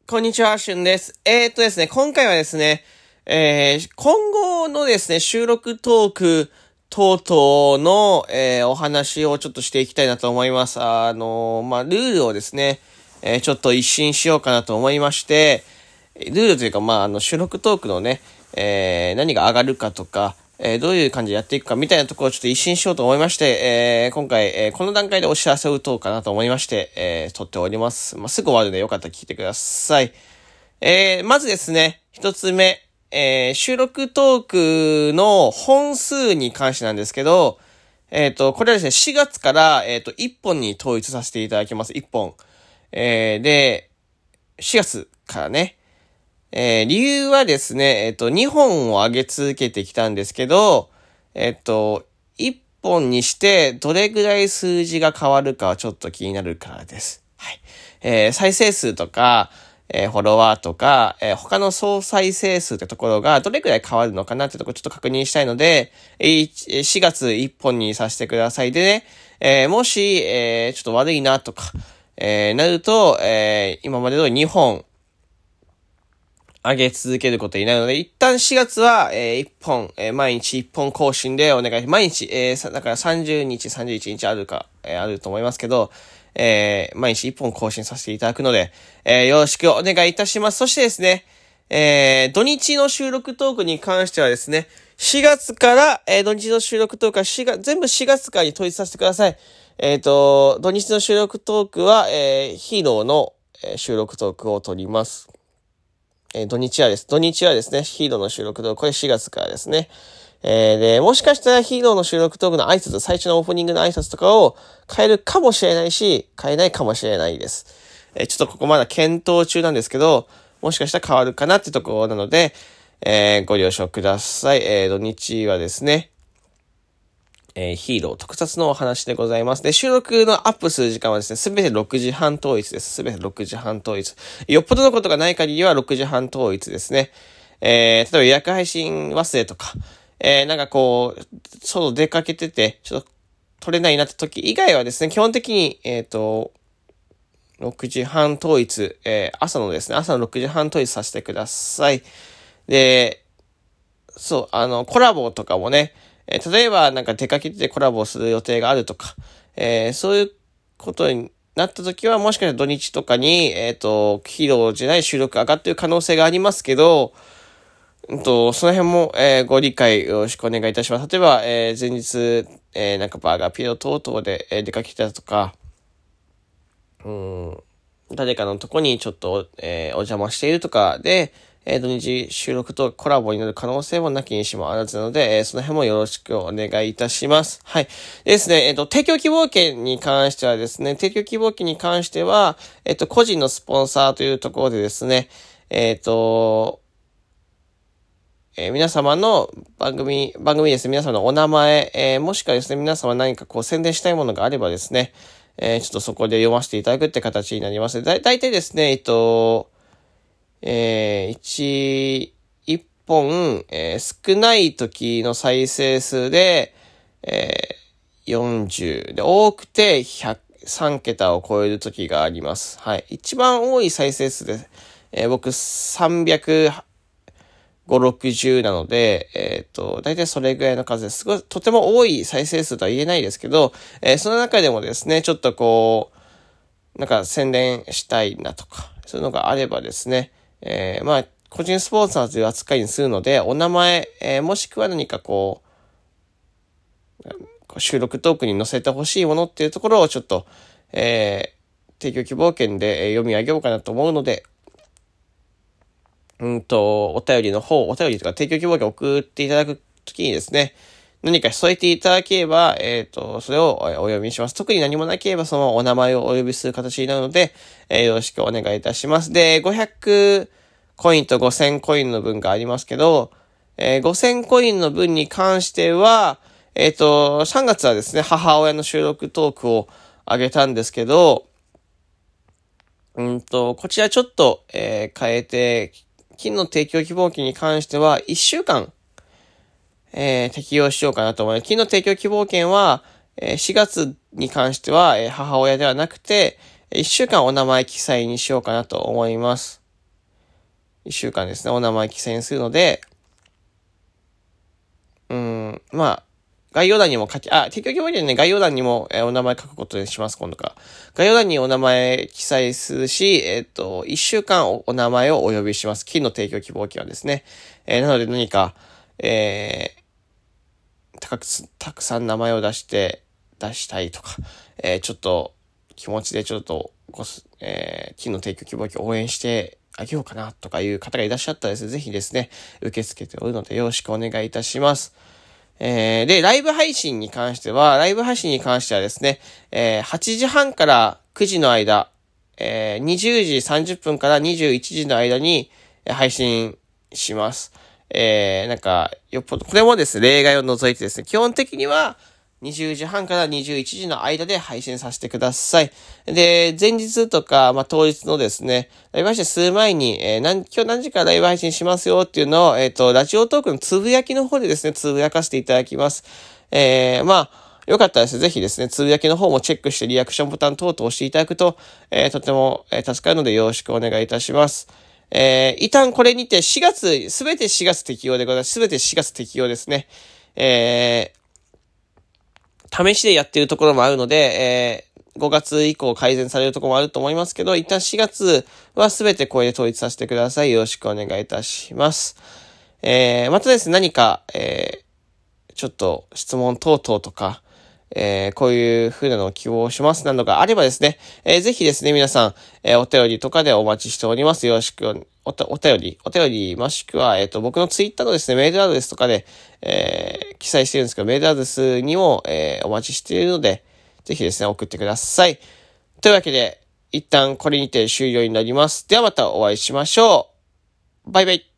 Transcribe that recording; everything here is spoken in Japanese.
こんにちは、しゅんです。ですね、今回はですね、今後のですね、収録トーク等々の、お話をちょっとしていきたいなと思います。ルールをですね、ちょっと一新しようかなと思いまして、ルールというか、収録トークのね、何が上がるかとか、どういう感じでやっていくかみたいなところをちょっと一新しようと思いまして、今回、この段階でお知らせを打とうかなと思いまして、撮っております。すぐ終わるのでよかったら聞いてください。まずですね、一つ目、収録トークの本数に関してなんですけど、これはですね、4月から、1本に統一させていただきます。1本。で、4月からね、理由はですね、2本を上げ続けてきたんですけど、1本にしてどれぐらい数字が変わるかはちょっと気になるからです。はい。再生数とか、フォロワーとか、他の総再生数ってところがどれくらい変わるのかなってところちょっと確認したいので、4月1本にさせてください。でね、もし、ちょっと悪いなとか、なると、今までの2本、上げ続けることになるので、一旦4月は、1本、毎日1本更新でお願いします。毎日、だから30日、31日あると思いますけど、毎日1本更新させていただくので、よろしくお願いいたします。そしてですね、土日の収録トークに関してはですね、4月から、土日の収録トークは全部4月からに統一させてください。土日の収録トークは、ヒーローの、収録トークを取ります。土日はですね、ヒーローの収録トーク、これ4月からですね。で、もしかしたらヒーローの収録トークの挨拶、最初のオープニングの挨拶とかを変えるかもしれないし、変えないかもしれないです。ちょっとここまだ検討中なんですけど、もしかしたら変わるかなってところなので、ご了承ください。土日はですね、ヒーロー特撮のお話でございます。で、収録のアップする時間はですね、すべて6時半統一です。すべて6時半統一。よっぽどのことがない限りは6時半統一ですね。例えば予約配信忘れとか、外出かけてて、ちょっと撮れないなって時以外はですね、基本的に、6時半統一、朝の6時半統一させてください。で、コラボとかもね、例えば出かけてコラボする予定があるとか、そういうことになった時はもしかしたら土日とかに、ヒーローじゃない収録上がっている可能性がありますけど、その辺も、ご理解よろしくお願いいたします。例えば、前日、バーガーピロ等々で、出かけたとか、誰かのとこにちょっと、お邪魔しているとかで、土日収録とコラボになる可能性もなきにしもあらずなので、その辺もよろしくお願いいたします。はい。ですね、提供希望券に関してはですね、個人のスポンサーというところでですね、皆様の番組ですね、皆様のお名前、もしくはですね、皆様何か宣伝したいものがあればですね、ちょっとそこで読ませていただくって形になります。だいたいですね、一本、少ない時の再生数で、40で、多くて3桁を超える時があります。はい。一番多い再生数で、僕350、60なので、だいたいそれぐらいの数です。すごい、とても多い再生数とは言えないですけど、その中でもですね、ちょっと宣伝したいなとか、そういうのがあればですね、個人スポンサーという扱いにするので、お名前、もしくは何か収録トークに載せてほしいものっていうところをちょっと、提供希望券で読み上げようかなと思うので、お便りとか提供希望券を送っていただくときにですね、何か添えていただければ、それをお読みします。特に何もなければそのお名前をお呼びする形になるので、よろしくお願いいたします。で、500コインと5000コインの分がありますけど、5000コインの分に関しては、3月はですね、母親の収録トークを上げたんですけど、こちらちょっと、変えて、金の提供希望期に関しては1週間、適用しようかなと思います。金の提供希望券は、4月に関しては、母親ではなくて、1週間お名前記載にしようかなと思います。 1週間ですね、お名前記載するので、まあ、概要欄にも提供希望でね、概要欄にも、お名前書くことにします、今度から。概要欄にお名前記載するし、1週間お名前をお呼びします。金の提供希望期はですね。なので何か、たくさん名前を出したいとか、ちょっと気持ちでちょっと金の提供希望期を応援してあげようかなとかいう方がいらっしゃったらですね、ぜひですね、受け付けておるのでよろしくお願いいたします。で、ライブ配信に関してはですね、8時半から9時の間、20時30分から21時の間に配信します。よっぽど、これもですね、例外を除いてですね、基本的には20時半から21時の間で配信させてください。で、前日とか、当日のですね、ライブ配信する前に、今日何時からライブ配信しますよっていうのを、ラジオトークのつぶやきの方でですね、つぶやかせていただきます。よかったらですね、ぜひですね、つぶやきの方もチェックしてリアクションボタン等々押していただくと、とても、助かるのでよろしくお願いいたします。一旦これにてすべて4月適用でございます。すべて4月適用ですね。試しでやってるところもあるので、5月以降改善されるところもあると思いますけど、一旦4月はすべてこれで統一させてください。よろしくお願いいたします。またですね、何か、ちょっと質問等々とか、こういう風なのを希望しますなどがあればですね、ぜひですね、皆さん、お便りとかでお待ちしております。よろしくお便り、もしくは、僕のツイッターのですね、メールアドレスとかで、記載してるんですけど、メールアドレスにも、お待ちしているので、ぜひですね、送ってください。というわけで、一旦これにて終了になります。ではまたお会いしましょう。バイバイ。